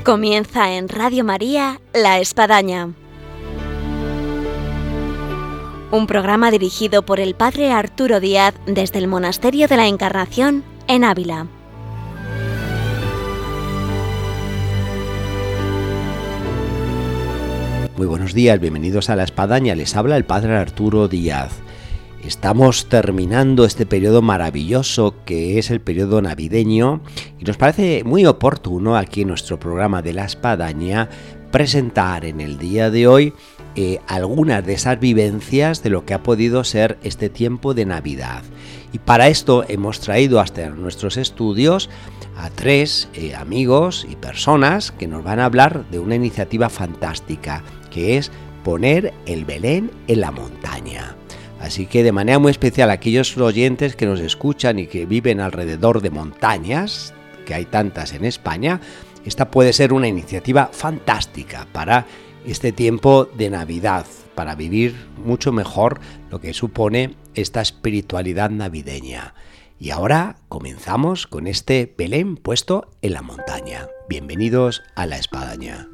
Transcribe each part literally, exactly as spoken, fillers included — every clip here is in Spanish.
Comienza en Radio María La Espadaña, un programa dirigido por el Padre Arturo Díaz desde el Monasterio de la Encarnación en Ávila. Muy buenos días, bienvenidos a La Espadaña, les habla el Padre Arturo Díaz. Estamos terminando este periodo maravilloso que es el periodo navideño y nos parece muy oportuno aquí en nuestro programa de La Espadaña presentar en el día de hoy eh, algunas de esas vivencias de lo que ha podido ser este tiempo de Navidad. Y para esto hemos traído hasta nuestros estudios a tres eh, amigos y personas que nos van a hablar de una iniciativa fantástica que es poner el Belén en la montaña. Así que de manera muy especial a aquellos oyentes que nos escuchan y que viven alrededor de montañas, que hay tantas en España, esta puede ser una iniciativa fantástica para este tiempo de Navidad, para vivir mucho mejor lo que supone esta espiritualidad navideña. Y ahora comenzamos con este Belén puesto en la montaña. Bienvenidos a La Espadaña.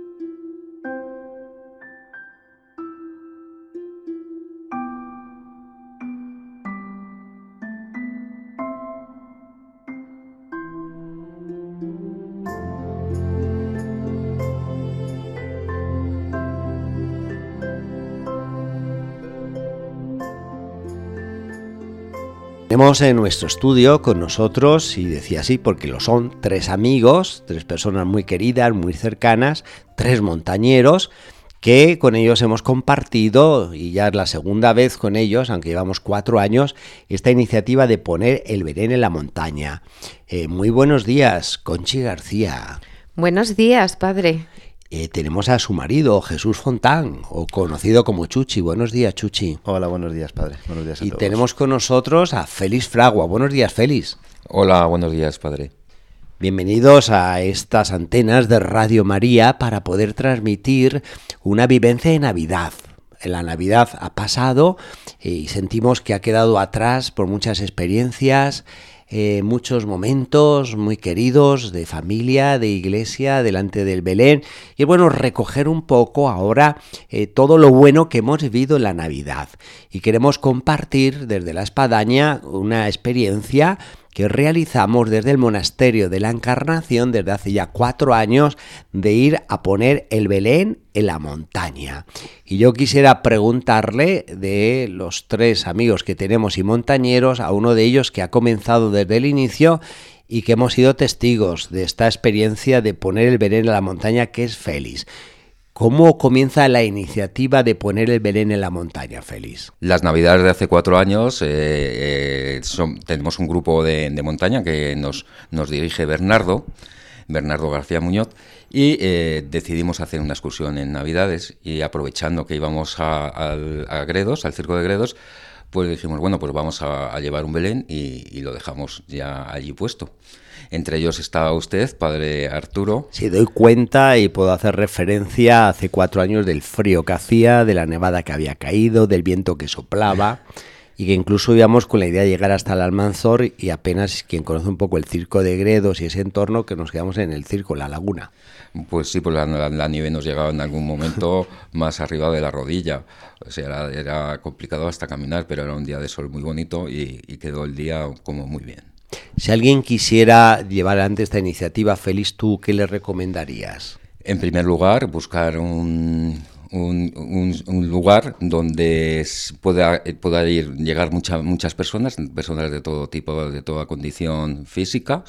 Tenemos en nuestro estudio con nosotros, y decía así porque lo son, tres amigos, tres personas muy queridas, muy cercanas, tres montañeros, que con ellos hemos compartido, y ya es la segunda vez con ellos, aunque llevamos cuatro años, esta iniciativa de poner el Belén en la montaña. Eh, muy buenos días, Conchi García. Buenos días, padre. Eh, tenemos a su marido, Jesús Fontán, o conocido como Chuchi. Buenos días, Chuchi. Hola, buenos días, padre. Buenos días a y todos. Tenemos con nosotros a Félix Fragua. Buenos días, Félix. Hola, buenos días, padre. Bienvenidos a estas antenas de Radio María para poder transmitir una vivencia de Navidad. La Navidad ha pasado y sentimos que ha quedado atrás por muchas experiencias, Eh, muchos momentos muy queridos de familia, de iglesia, delante del Belén. Y es bueno recoger un poco ahora eh, todo lo bueno que hemos vivido en la Navidad. Y queremos compartir desde La Espadaña una experiencia que realizamos desde el Monasterio de la Encarnación desde hace ya cuatro años de ir a poner el Belén en la montaña. Y yo quisiera preguntarle de los tres amigos que tenemos y montañeros a uno de ellos que ha comenzado desde el inicio y que hemos sido testigos de esta experiencia de poner el Belén en la montaña, que es Félix. ¿Cómo comienza la iniciativa de poner el Belén en la montaña, Félix? Las Navidades de hace cuatro años eh, eh, son, tenemos un grupo de, de montaña que nos, nos dirige Bernardo, Bernardo García Muñoz, y eh, decidimos hacer una excursión en Navidades y aprovechando que íbamos a, a, a Gredos, al circo de Gredos, pues dijimos, bueno, pues vamos a, a llevar un Belén y, y lo dejamos ya allí puesto. Entre ellos está usted, padre Arturo. Sí, doy cuenta y puedo hacer referencia hace cuatro años del frío que hacía, de la nevada que había caído, del viento que soplaba y que incluso íbamos con la idea de llegar hasta el Almanzor y apenas quien conoce un poco el circo de Gredos y ese entorno que nos quedamos en el circo, en la laguna. Pues sí, pues la, la, la nieve nos llegaba en algún momento más arriba de la rodilla. O sea, era, era complicado hasta caminar, pero era un día de sol muy bonito y, y quedó el día como muy bien. Si alguien quisiera llevar adelante esta iniciativa, Félix, ¿tú qué le recomendarías? En primer lugar, buscar un, un, un, un lugar donde pueda, pueda ir, llegar mucha, muchas personas, personas de todo tipo, de toda condición física,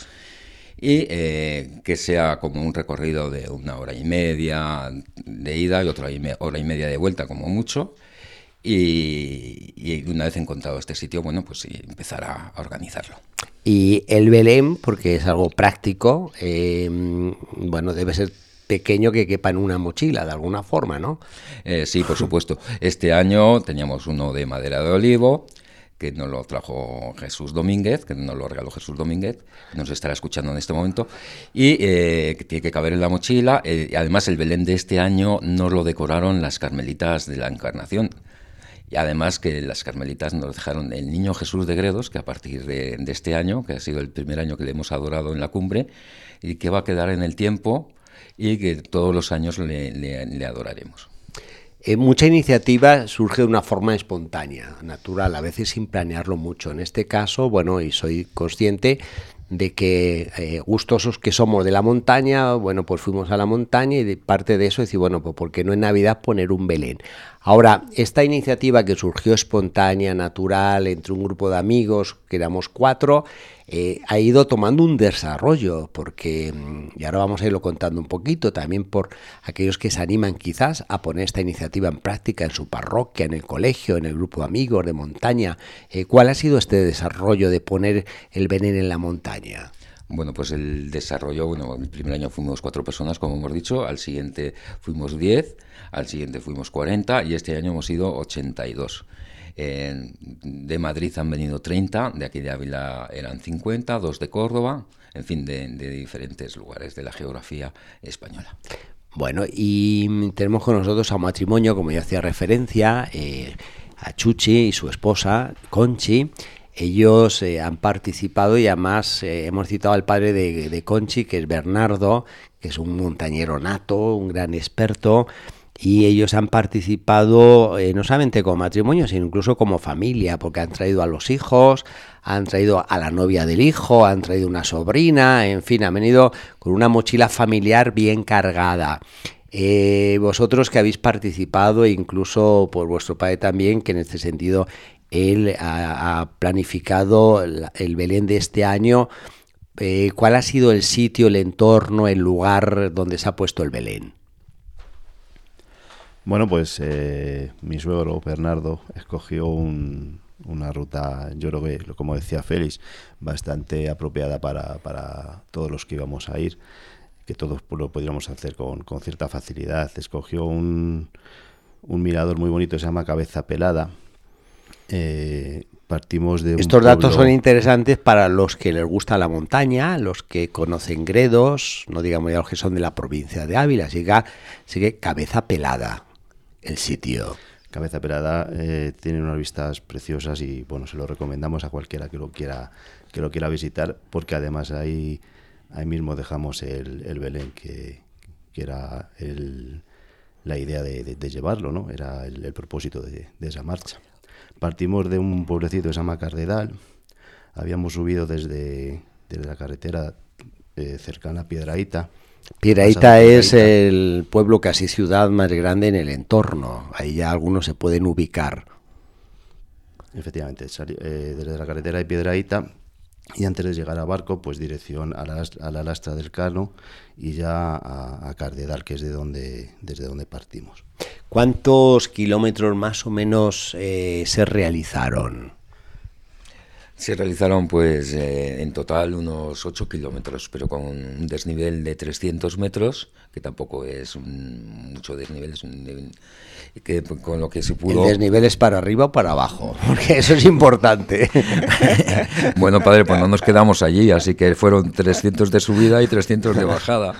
y eh, que sea como un recorrido de una hora y media de ida y otra hora y media de vuelta como mucho. Y, y una vez encontrado este sitio, bueno, pues sí, empezar a, a organizarlo. Y el Belén, porque es algo práctico, eh, bueno, debe ser pequeño que quepa en una mochila, de alguna forma, ¿no? Eh, sí, por supuesto. Este año teníamos uno de madera de olivo, que nos lo trajo Jesús Domínguez, que nos lo regaló Jesús Domínguez, nos estará escuchando en este momento, y eh, que tiene que caber en la mochila. Eh, además, el Belén de este año nos lo decoraron las Carmelitas de la Encarnación. Y además que las carmelitas nos dejaron el Niño Jesús de Gredos, que a partir de, de este año, que ha sido el primer año que le hemos adorado en la cumbre, y que va a quedar en el tiempo, y que todos los años le, le, le adoraremos. Eh, mucha iniciativa surge de una forma espontánea, natural, a veces sin planearlo mucho. En este caso, bueno, y soy consciente de que eh, gustosos que somos de la montaña, bueno, pues fuimos a la montaña y de parte de eso decir, bueno, pues ¿por qué no en Navidad poner un Belén? Ahora, esta iniciativa que surgió espontánea, natural, entre un grupo de amigos, que éramos cuatro, eh, ha ido tomando un desarrollo, porque, y ahora vamos a irlo contando un poquito, también por aquellos que se animan quizás a poner esta iniciativa en práctica en su parroquia, en el colegio, en el grupo de amigos de montaña. Eh, ¿Cuál ha sido este desarrollo de poner el Belén en la montaña? Bueno, pues el desarrollo, bueno, el primer año fuimos cuatro personas, como hemos dicho, al siguiente fuimos diez, al siguiente fuimos cuarenta y este año hemos sido ochenta y dos. Eh, de Madrid han venido treinta, de aquí de Ávila eran cincuenta, dos de Córdoba, en fin, de, de diferentes lugares de la geografía española. Bueno, y tenemos con nosotros a un matrimonio, como yo hacía referencia, eh, a Chuchi y su esposa, Conchi. Ellos eh, han participado y además eh, hemos citado al padre de, de Conchi, que es Bernardo, que es un montañero nato, un gran experto, y ellos han participado eh, no solamente como matrimonio, sino incluso como familia, porque han traído a los hijos, han traído a la novia del hijo, han traído una sobrina, en fin, han venido con una mochila familiar bien cargada. Eh, vosotros que habéis participado, e incluso por vuestro padre también, que en este sentido él ha, ha planificado el, el Belén de este año, eh, ¿cuál ha sido el sitio, el entorno, el lugar donde se ha puesto el Belén? Bueno, pues eh, mi suegro Bernardo escogió un, una ruta, yo creo que, como decía Félix, bastante apropiada para, para todos los que íbamos a ir, que todos lo podríamos hacer con, con cierta facilidad. Escogió un, un mirador muy bonito, se llama Cabeza Pelada. Eh, partimos de un Estos pueblo... datos son interesantes para los que les gusta la montaña, los que conocen Gredos, no digamos ya los que son de la provincia de Ávila, así que, así que Cabeza Pelada, el sitio. Cabeza Pelada eh, tiene unas vistas preciosas y bueno, se lo recomendamos a cualquiera que lo quiera que lo quiera visitar, porque además ahí ahí mismo dejamos el, el Belén, que, que era el, la idea de, de, de llevarlo, ¿no? Era el, el propósito de, de esa marcha. Partimos de un pueblecito que se llama Cardedal. Habíamos subido desde, desde la carretera eh, cercana a Piedrahita. Piedrahita es el pueblo casi ciudad más grande en el entorno. Ahí ya algunos se pueden ubicar. Efectivamente, sali, eh, desde la carretera de Piedrahita, y antes de llegar a Barco, pues dirección a la, a la lastra del Cano y ya a, a Cardedal, que es de donde, desde donde partimos. ¿Cuántos kilómetros más o menos eh, se realizaron? Se realizaron pues eh, en total unos ocho kilómetros, pero con un desnivel de trescientos metros, que tampoco es un, mucho desnivel, es un nivel que con lo que se pudo... ¿El desnivel es para arriba o para abajo? Porque eso es importante. Bueno, padre, pues no nos quedamos allí, así que fueron trescientos de subida y trescientos de bajada.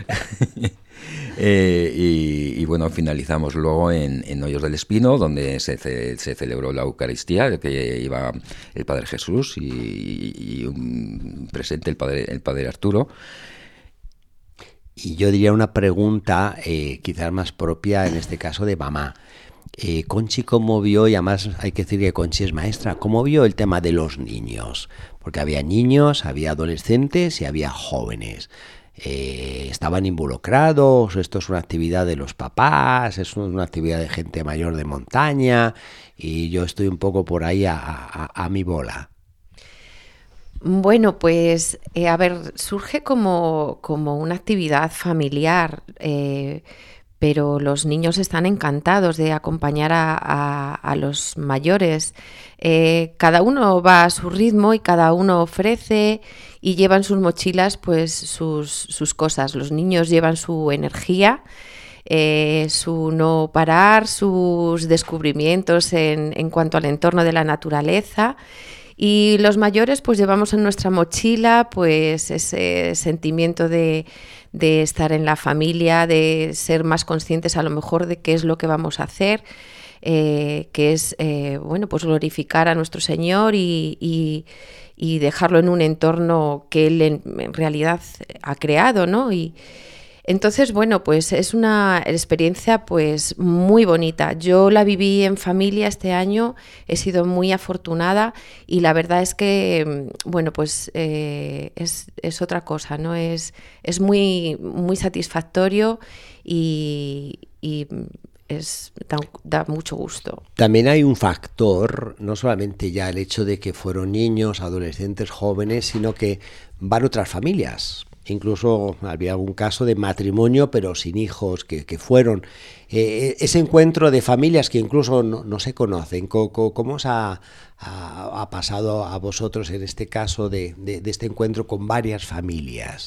Eh, y, y bueno, finalizamos luego en, en Hoyos del Espino, donde se, ce, se celebró la Eucaristía, que iba el Padre Jesús y, y un presente el Padre, el Padre Arturo. Y yo diría una pregunta eh, quizás más propia en este caso de mamá. Eh, Conchi, ¿cómo vio? Y además hay que decir que Conchi es maestra. ¿Cómo vio el tema de los niños? Porque había niños, había adolescentes y había jóvenes. Eh, ¿Estaban involucrados? ¿Esto es una actividad de los papás? ¿Es una actividad de gente mayor de montaña? Y yo estoy un poco por ahí a, a, a mi bola. Bueno, pues eh, a ver, surge como, como una actividad familiar, eh, pero los niños están encantados de acompañar a, a, a los mayores. Eh, cada uno va a su ritmo y cada uno ofrece y llevan sus mochilas, pues sus, sus cosas. Los niños llevan su energía, eh, su no parar, sus descubrimientos en, en cuanto al entorno de la naturaleza. Y los mayores pues llevamos en nuestra mochila pues ese sentimiento de, de estar en la familia, de ser más conscientes a lo mejor de qué es lo que vamos a hacer, eh, que es eh, bueno pues glorificar a nuestro Señor y, y, y dejarlo en un entorno que Él en, en realidad ha creado, ¿no? Y Entonces, bueno, pues es una experiencia pues muy bonita. Yo la viví en familia este año, he sido muy afortunada y la verdad es que, bueno, pues eh, es, es otra cosa, ¿no? Es, es muy, muy satisfactorio y, y es, da, da mucho gusto. También hay un factor, no solamente ya el hecho de que fueron niños, adolescentes, jóvenes, sino que van otras familias. Incluso había algún caso de matrimonio pero sin hijos que, que fueron. Eh, ese encuentro de familias que incluso no, no se conocen, ¿cómo, cómo os ha, ha, ha pasado a vosotros en este caso de, de, de este encuentro con varias familias?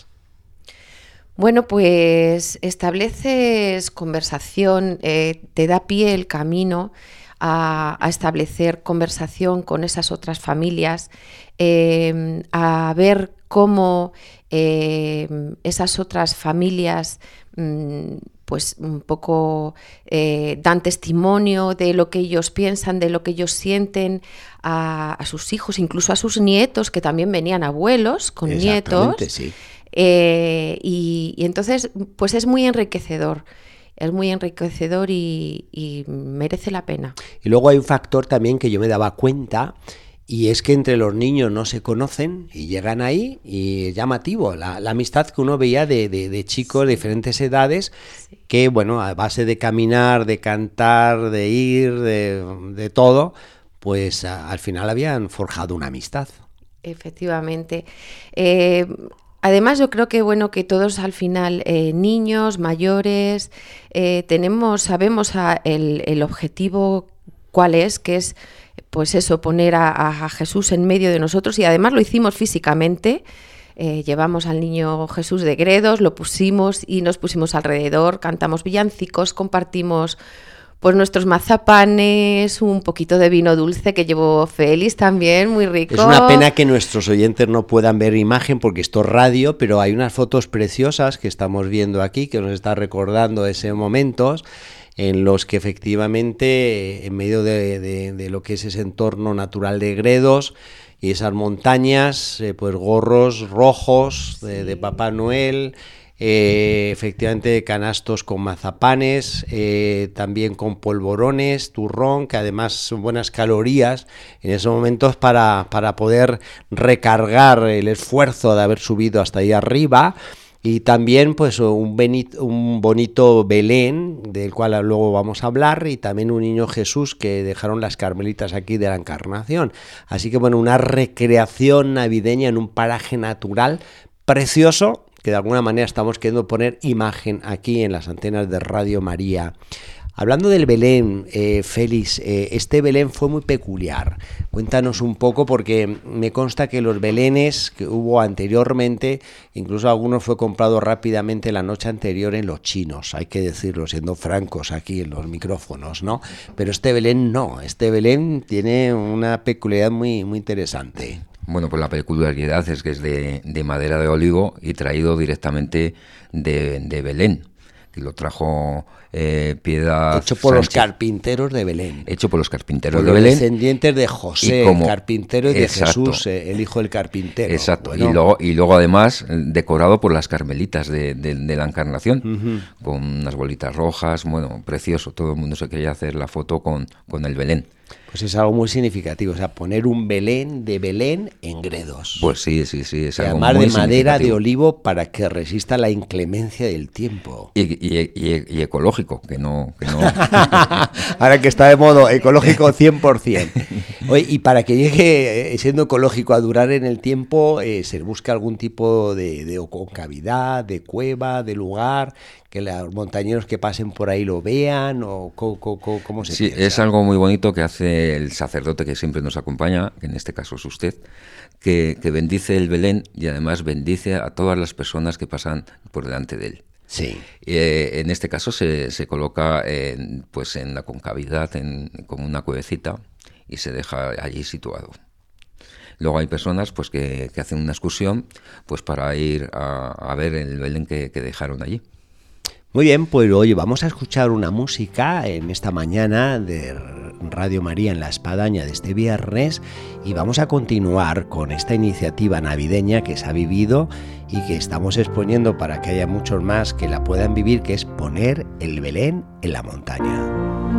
Bueno, pues estableces conversación, eh, te da pie el camino a, a establecer conversación con esas otras familias, eh, a ver cómo eh, esas otras familias mmm, pues un poco eh, dan testimonio de lo que ellos piensan, de lo que ellos sienten a, a sus hijos, incluso a sus nietos, que también venían abuelos con nietos. Sí. Eh, y, y entonces, pues es muy enriquecedor. Es muy enriquecedor y, y merece la pena. Y luego hay un factor también que yo me daba cuenta, y es que entre los niños no se conocen y llegan ahí y es llamativo la, la amistad que uno veía de, de, de chicos de diferentes edades, sí. Que bueno, a base de caminar, de cantar, de ir, de, de todo, pues a, al final habían forjado una amistad. Efectivamente. Eh, Además, yo creo que bueno que todos al final, eh, niños, mayores, eh, tenemos, sabemos a el, el objetivo cuál es, que es pues eso, poner a, a Jesús en medio de nosotros, y además lo hicimos físicamente. Eh, llevamos al niño Jesús de Gredos, lo pusimos y nos pusimos alrededor, cantamos villancicos, compartimos pues nuestros mazapanes, un poquito de vino dulce que llevó Félix también, muy rico. Es una pena que nuestros oyentes no puedan ver imagen porque esto es radio, pero hay unas fotos preciosas que estamos viendo aquí que nos está recordando ese momentos en los que efectivamente en medio de, de, de lo que es ese entorno natural de Gredos y esas montañas, eh, pues gorros rojos de, de Papá Noel. Eh, efectivamente canastos con mazapanes, eh, también con polvorones, turrón, que además son buenas calorías en esos momentos para, para poder recargar el esfuerzo de haber subido hasta ahí arriba. Y también pues un, benito, un bonito Belén, del cual luego vamos a hablar, y también un niño Jesús que dejaron las carmelitas aquí de la Encarnación. Así que bueno, una recreación navideña en un paraje natural precioso, que de alguna manera estamos queriendo poner imagen aquí en las antenas de Radio María. Hablando del Belén, eh, Félix, eh, este Belén fue muy peculiar. Cuéntanos un poco, porque me consta que los Belenes que hubo anteriormente, incluso algunos fue comprado rápidamente la noche anterior en los chinos, hay que decirlo, siendo francos aquí en los micrófonos, ¿no? Pero este Belén no, este Belén tiene una peculiaridad muy, muy interesante. Bueno, pues la peculiaridad es que es de, de madera de olivo y traído directamente de, de Belén, que lo trajo eh, Piedad Hecho por Sánchez. los carpinteros de Belén. Hecho por los carpinteros por de los Belén. descendientes de José, como, el carpintero, y de exacto, Jesús, el hijo del carpintero. Exacto, bueno. y, luego, y luego además decorado por las carmelitas de, de, de la Encarnación, uh-huh. con unas bolitas rojas, bueno, precioso, todo el mundo se quería hacer la foto con, con el Belén. Pues es algo muy significativo, o sea, poner un Belén de Belén en Gredos. Pues sí, sí, sí, es y algo además muy de madera de olivo para que resista la inclemencia del tiempo. Y, y, y, y ecológico, que no... Que no... Ahora que está de modo ecológico cien por ciento. Oye, y para que llegue siendo ecológico a durar en el tiempo, eh, se busca algún tipo de, de concavidad, de cueva, de lugar, que los montañeros que pasen por ahí lo vean, o co, co, co, cómo se Sí, piensa. Es algo muy bonito que hace el sacerdote que siempre nos acompaña, que en este caso es usted, que, que bendice el Belén y además bendice a todas las personas que pasan por delante de él. Sí. Eh, en este caso se, se coloca en, pues en la concavidad, en, como una cuevecita, y se deja allí situado. Luego hay personas pues que, que hacen una excursión pues para ir a, a ver el Belén que, que dejaron allí. Muy bien, pues hoy vamos a escuchar una música en esta mañana de Radio María en La Espadaña de este viernes y vamos a continuar con esta iniciativa navideña que se ha vivido y que estamos exponiendo para que haya muchos más que la puedan vivir, que es poner el Belén en la montaña.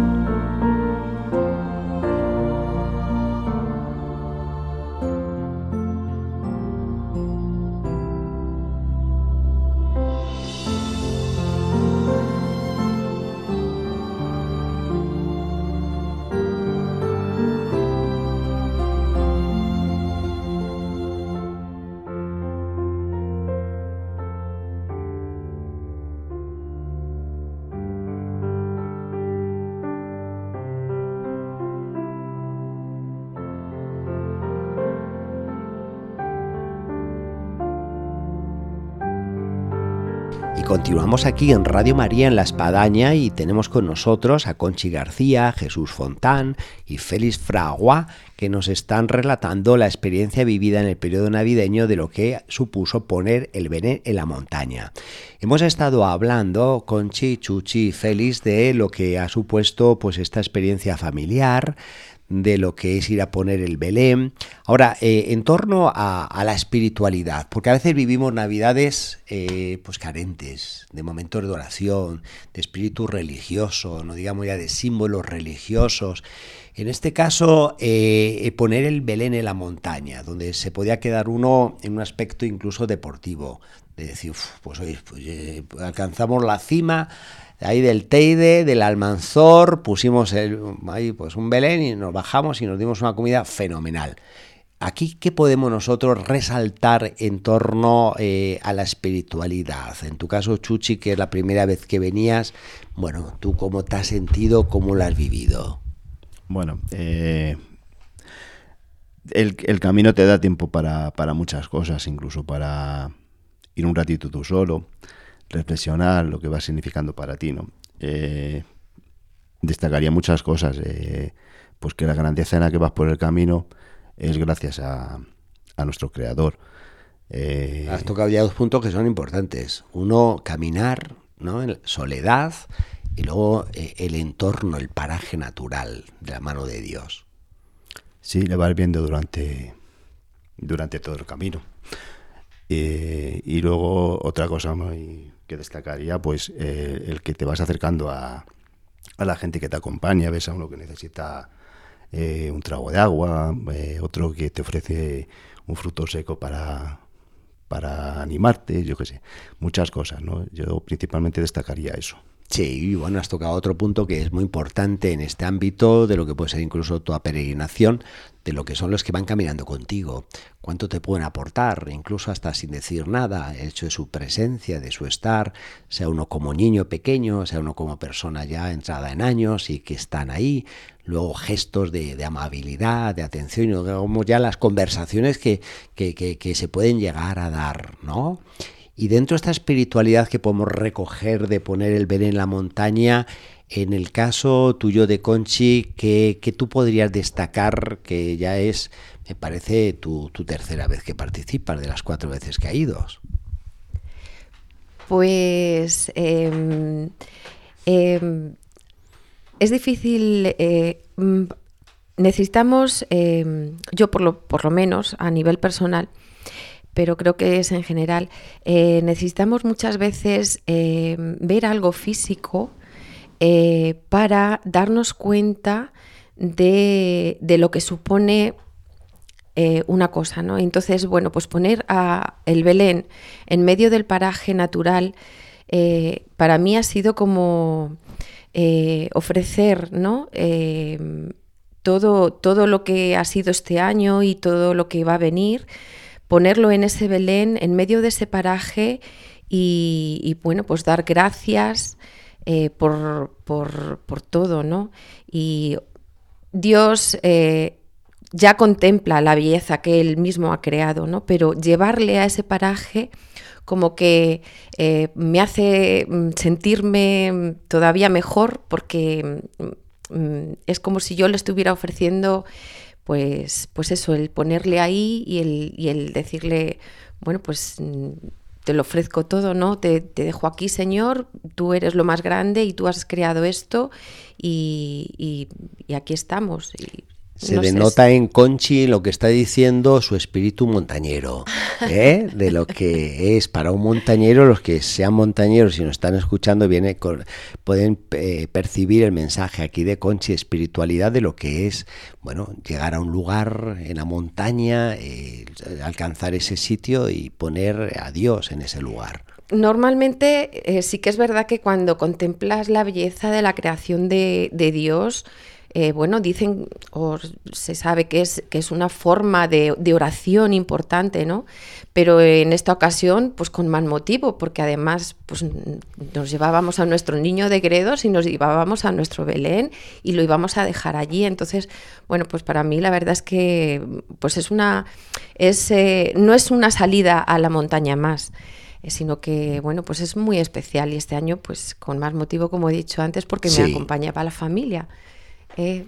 Continuamos aquí en Radio María en La Espadaña y tenemos con nosotros a Conchi García, Jesús Fontán y Félix Fragua, que nos están relatando la experiencia vivida en el periodo navideño de lo que supuso poner el Belén en la montaña. Hemos estado hablando, Conchi, Chuchi y Félix, de lo que ha supuesto pues esta experiencia familiar, de lo que es ir a poner el Belén. Ahora, eh, en torno a, a la espiritualidad, porque a veces vivimos navidades eh, pues carentes de momentos de oración, de espíritu religioso, no digamos ya de símbolos religiosos. En este caso, eh, poner el Belén en la montaña, donde se podía quedar uno en un aspecto incluso deportivo, de decir, pues oye, pues, eh, alcanzamos la cima ahí del Teide, del Almanzor, pusimos el, ahí pues un Belén y nos bajamos y nos dimos una comida fenomenal. Aquí, ¿qué podemos nosotros resaltar en torno eh, a la espiritualidad? En tu caso, Chuchi, que es la primera vez que venías, bueno, ¿tú cómo te has sentido, cómo lo has vivido? Bueno, eh, el, el camino te da tiempo para, para muchas cosas, incluso para ir un ratito tú solo, reflexionar lo que va significando para ti, ¿no? Eh, destacaría muchas cosas, eh, pues que la grandeza en la que vas por el camino es gracias a, a nuestro Creador. Eh, Has tocado ya dos puntos que son importantes. Uno, caminar, ¿no? En soledad, y luego eh, el entorno, el paraje natural de la mano de Dios. Sí, le vas viendo durante, durante todo el camino. Eh, y luego otra cosa muy que destacaría, pues eh, el que te vas acercando a, a la gente que te acompaña, ves a uno que necesita eh, un trago de agua, eh, otro que te ofrece un fruto seco para, para animarte, yo qué sé, muchas cosas, ¿no? Yo principalmente destacaría eso. Sí, y bueno, has tocado otro punto que es muy importante en este ámbito de lo que puede ser incluso tu peregrinación, de lo que son los que van caminando contigo. Cuánto te pueden aportar, incluso hasta sin decir nada, el hecho de su presencia, de su estar, sea uno como niño pequeño, sea uno como persona ya entrada en años y que están ahí. Luego gestos de, de amabilidad, de atención, y luego ya las conversaciones que, que, que, que se pueden llegar a dar, ¿no? Y dentro de esta espiritualidad que podemos recoger de poner el Belén en la montaña, en el caso tuyo de Conchi, ¿qué, qué tú podrías destacar que ya es, me parece, tu, tu tercera vez que participas de las cuatro veces que ha ido? Pues eh, eh, es difícil, eh, necesitamos, eh, yo por lo, por lo menos a nivel personal, pero creo que es en general, eh, necesitamos muchas veces eh, ver algo físico eh, para darnos cuenta de, de lo que supone eh, una cosa, ¿no? Entonces, bueno, pues poner a el Belén en medio del paraje natural eh, para mí ha sido como eh, ofrecer, ¿no? Eh, todo, todo lo que ha sido este año y todo lo que va a venir, ponerlo en ese Belén, en medio de ese paraje y, y bueno, pues dar gracias eh, por, por, por todo, ¿no? Y Dios eh, ya contempla la belleza que Él mismo ha creado, ¿no? Pero llevarle a ese paraje como que eh, me hace sentirme todavía mejor porque mm, es como si yo le estuviera ofreciendo Pues, pues eso, el ponerle ahí y el, y el decirle, bueno, pues te lo ofrezco todo, ¿no? Te, te dejo aquí, Señor, tú eres lo más grande y tú has creado esto y, y, y aquí estamos. Y, Se no denota sé, en Conchi lo que está diciendo su espíritu montañero, ¿eh? De lo que es para un montañero. Los que sean montañeros y nos están escuchando viene con, pueden eh, percibir el mensaje aquí de Conchi, espiritualidad, de lo que es, bueno, llegar a un lugar en la montaña, eh, alcanzar ese sitio y poner a Dios en ese lugar. Normalmente eh, sí que es verdad que cuando contemplas la belleza de la creación de, de Dios, eh, bueno, dicen o se sabe que es, que es una forma de, de oración importante, ¿no? Pero en esta ocasión, pues con más motivo, porque además pues, nos llevábamos a nuestro niño de Gredos y nos llevábamos a nuestro Belén y lo íbamos a dejar allí. Entonces, bueno, pues para mí la verdad es que pues es una, es, eh, no es una salida a la montaña más, sino que, bueno, pues es muy especial y este año, pues con más motivo, como he dicho antes, porque Sí. me acompañaba la familia. Eh,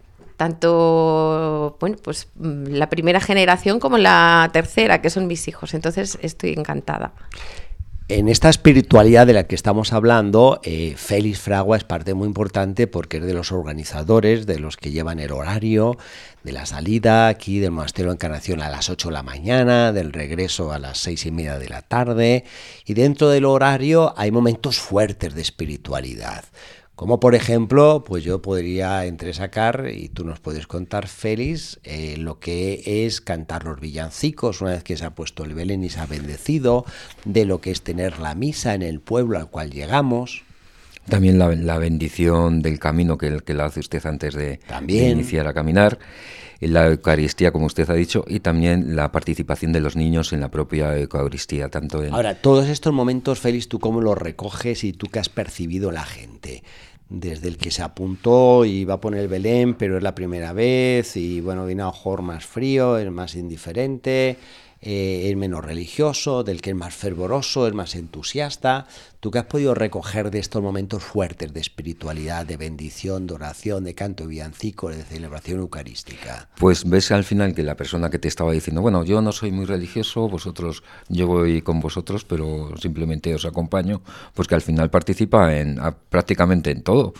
tanto, bueno, pues la primera generación como la tercera, que son mis hijos. Entonces estoy encantada. En esta espiritualidad de la que estamos hablando, eh, Félix Fragua es parte muy importante porque es de los organizadores, de los que llevan el horario de la salida aquí del Monasterio de Encarnación a las ocho de la mañana, del regreso a las seis y media de la tarde, y dentro del horario hay momentos fuertes de espiritualidad. Como por ejemplo, pues yo podría entresacar, y tú nos puedes contar, Félix, eh, lo que es cantar los villancicos una vez que se ha puesto el Belén y se ha bendecido, de lo que es tener la misa en el pueblo al cual llegamos. También la, la bendición del camino que, que la hace usted antes de, También. de iniciar a caminar, la Eucaristía, como usted ha dicho, y también la participación de los niños en la propia Eucaristía. Tanto en... Ahora, todos estos momentos, Félix, ¿tú cómo los recoges y tú qué has percibido la gente? Desde el que se apuntó y iba a poner el Belén, pero es la primera vez, y bueno, viene a lo mejor más frío, es más indiferente, eh, es menos religioso, del que es más fervoroso, es más entusiasta. ¿Tú qué has podido recoger de estos momentos fuertes de espiritualidad, de bendición, de oración, de canto de villancico, de celebración eucarística? Pues ves al final que la persona que te estaba diciendo, bueno, yo no soy muy religioso, vosotros, yo voy con vosotros, pero simplemente os acompaño, pues que al final participa en a, prácticamente en todo.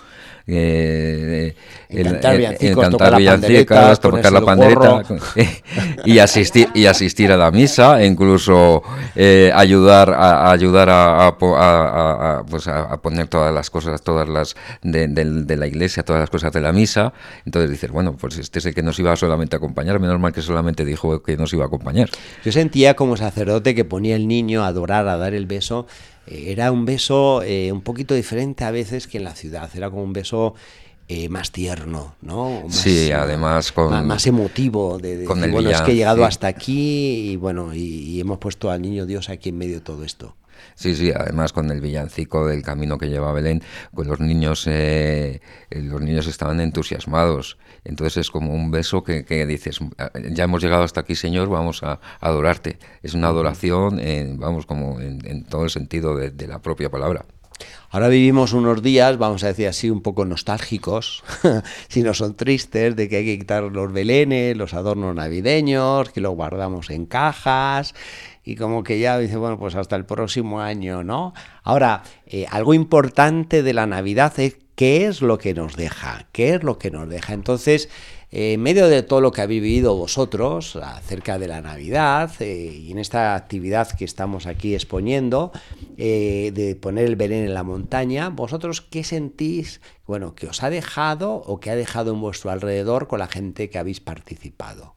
Eh, en cantar villancicos, en tocar villancicas, tocar la pandereta y asistir y asistir a la misa, e incluso eh, ayudar a, a ayudar a, a, a, a, pues a, a poner todas las cosas, todas las de, de, de la iglesia, todas las cosas de la misa. Entonces dices, bueno, pues este es el que nos iba solamente a acompañar, menos mal que solamente dijo que nos iba a acompañar. Yo sentía como sacerdote que ponía el niño a adorar, a dar el beso. Era un beso eh, un poquito diferente a veces que en la ciudad, era como un beso eh, más tierno, ¿no? Más, sí, además con... Más, más emotivo, de, de con decir, el bueno, villán, es que he llegado sí. hasta aquí y bueno, y, y hemos puesto al niño Dios aquí en medio de todo esto. Sí, sí, además con el villancico del camino que lleva a Belén, pues los niños, eh, los niños estaban entusiasmados. Entonces es como un beso que, que dices, ya hemos llegado hasta aquí, Señor, vamos a, a adorarte. Es una adoración, eh, vamos, como en, en todo el sentido de, de la propia palabra. Ahora vivimos unos días, vamos a decir así, un poco nostálgicos, si no son tristes, de que hay que quitar los belenes, los adornos navideños, que los guardamos en cajas, y como que ya dice, bueno, pues hasta el próximo año, ¿no? Ahora, eh, algo importante de la Navidad es qué es lo que nos deja, qué es lo que nos deja. Entonces, eh, en medio de todo lo que habéis vivido vosotros acerca de la Navidad eh, y en esta actividad que estamos aquí exponiendo, eh, de poner el Belén en la montaña, ¿vosotros qué sentís, bueno, que os ha dejado o que ha dejado en vuestro alrededor con la gente que habéis participado?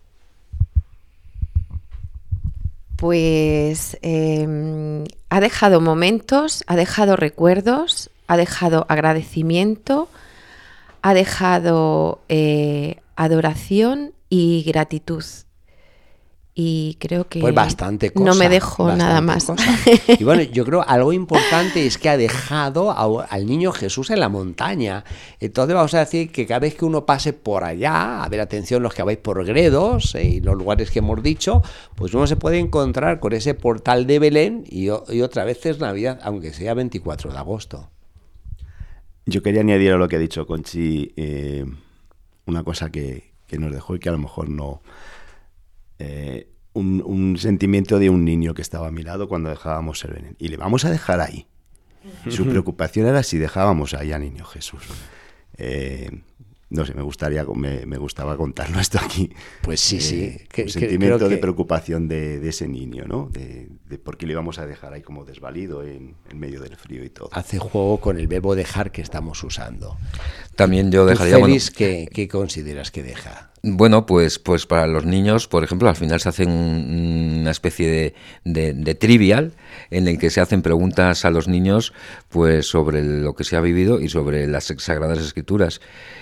Pues eh, ha dejado momentos, ha dejado recuerdos, ha dejado agradecimiento, ha dejado eh, adoración y gratitud. Y creo que pues bastante cosa, no me dejo nada más. Cosa. Y bueno, yo creo algo importante es que ha dejado a, al niño Jesús en la montaña. Entonces vamos a decir que cada vez que uno pase por allá, a ver, atención los que vais por Gredos eh, y los lugares que hemos dicho, pues uno se puede encontrar con ese portal de Belén y, y otra vez es Navidad, aunque sea veinticuatro de agosto. Yo quería añadir a lo que ha dicho Conchi eh, una cosa que, que nos dejó y que a lo mejor no... Eh, un, un sentimiento de un niño que estaba a mi lado cuando dejábamos el Belén. Y le vamos a dejar ahí. Su preocupación era si dejábamos ahí al niño Jesús. Eh, no sé, me gustaría, me, me gustaba contarlo esto aquí. Pues sí, eh, sí. Que, un sentimiento que... de preocupación de, de ese niño, ¿no? De, de por qué le íbamos a dejar ahí como desvalido en, en medio del frío y todo. Hace juego con el verbo dejar que estamos usando. También yo dejaría... ¿Tú, Félix, bueno, ¿qué, qué consideras que deja? Bueno, pues, pues para los niños, por ejemplo, al final se hacen una especie de, de, de trivial en el que se hacen preguntas a los niños pues sobre lo que se ha vivido y sobre las Sagradas Escrituras.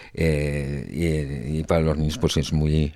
Eh, y, y para los niños pues es muy...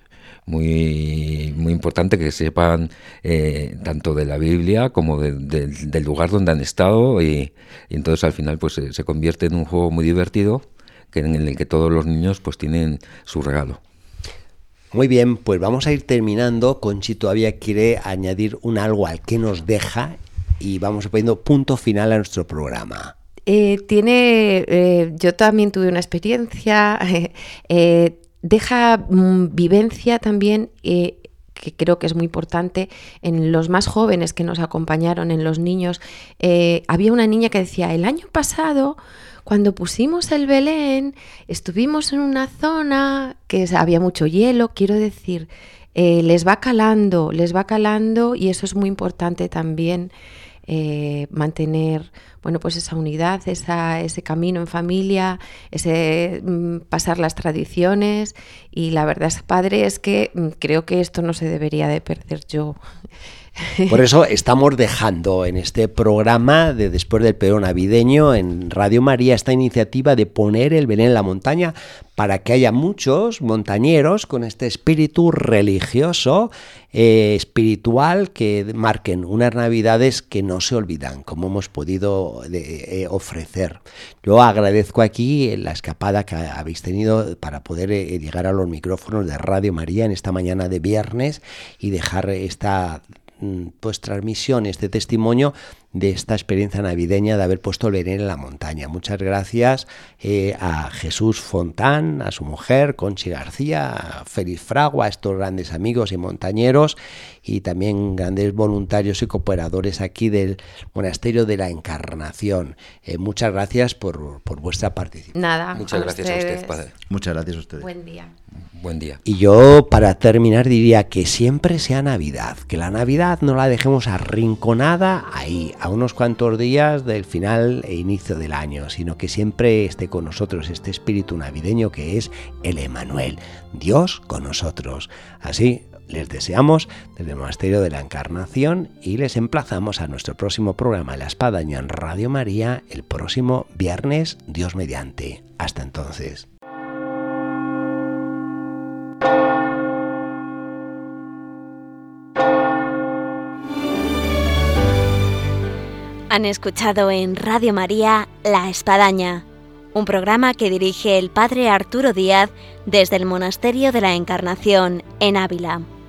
muy muy importante que sepan eh, tanto de la Biblia como de, de, del lugar donde han estado y, y entonces al final pues se, se convierte en un juego muy divertido que, en el que todos los niños pues tienen su regalo. Muy bien, pues vamos a ir terminando. Conchi todavía quiere añadir un algo al que nos deja y vamos poniendo punto final a nuestro programa. Eh, tiene, eh, yo también tuve una experiencia, eh, eh, deja mm, vivencia también, eh, que creo que es muy importante, en los más jóvenes que nos acompañaron, en los niños. Eh, había una niña que decía, el año pasado, cuando pusimos el Belén, estuvimos en una zona que había mucho hielo, quiero decir, eh, les va calando, les va calando y eso es muy importante también. Eh, mantener, bueno, pues esa unidad, esa, ese camino en familia, ese mm, pasar las tradiciones y la verdad, padre, es que mm, creo que esto no se debería de perder yo. Por eso estamos dejando en este programa de después del periodo navideño en Radio María esta iniciativa de poner el Belén en la montaña para que haya muchos montañeros con este espíritu religioso, eh, espiritual, que marquen unas navidades que no se olvidan, como hemos podido de, eh, ofrecer. Yo agradezco aquí la escapada que habéis tenido para poder eh, llegar a los micrófonos de Radio María en esta mañana de viernes y dejar esta pues transmisión, este testimonio de esta experiencia navideña de haber puesto el Belén en la montaña. Muchas gracias eh, a Jesús Fontán, a su mujer, Conchi García, a Félix Fragua, a estos grandes amigos y montañeros y también grandes voluntarios y cooperadores aquí del Monasterio de la Encarnación. Eh, muchas gracias por, por vuestra participación. Nada, muchas a gracias ustedes. a usted, padre. Muchas gracias a ustedes. Buen día. Buen día. Y yo, para terminar, diría que siempre sea Navidad, que la Navidad no la dejemos arrinconada ahí, a unos cuantos días del final e inicio del año, sino que siempre esté con nosotros este espíritu navideño que es el Emmanuel, Dios con nosotros. Así les deseamos desde el Monasterio de la Encarnación y les emplazamos a nuestro próximo programa La Espadaña en Radio María el próximo viernes, Dios mediante. Hasta entonces. Han escuchado en Radio María La Espadaña, un programa que dirige el padre Arturo Díaz desde el Monasterio de la Encarnación en Ávila.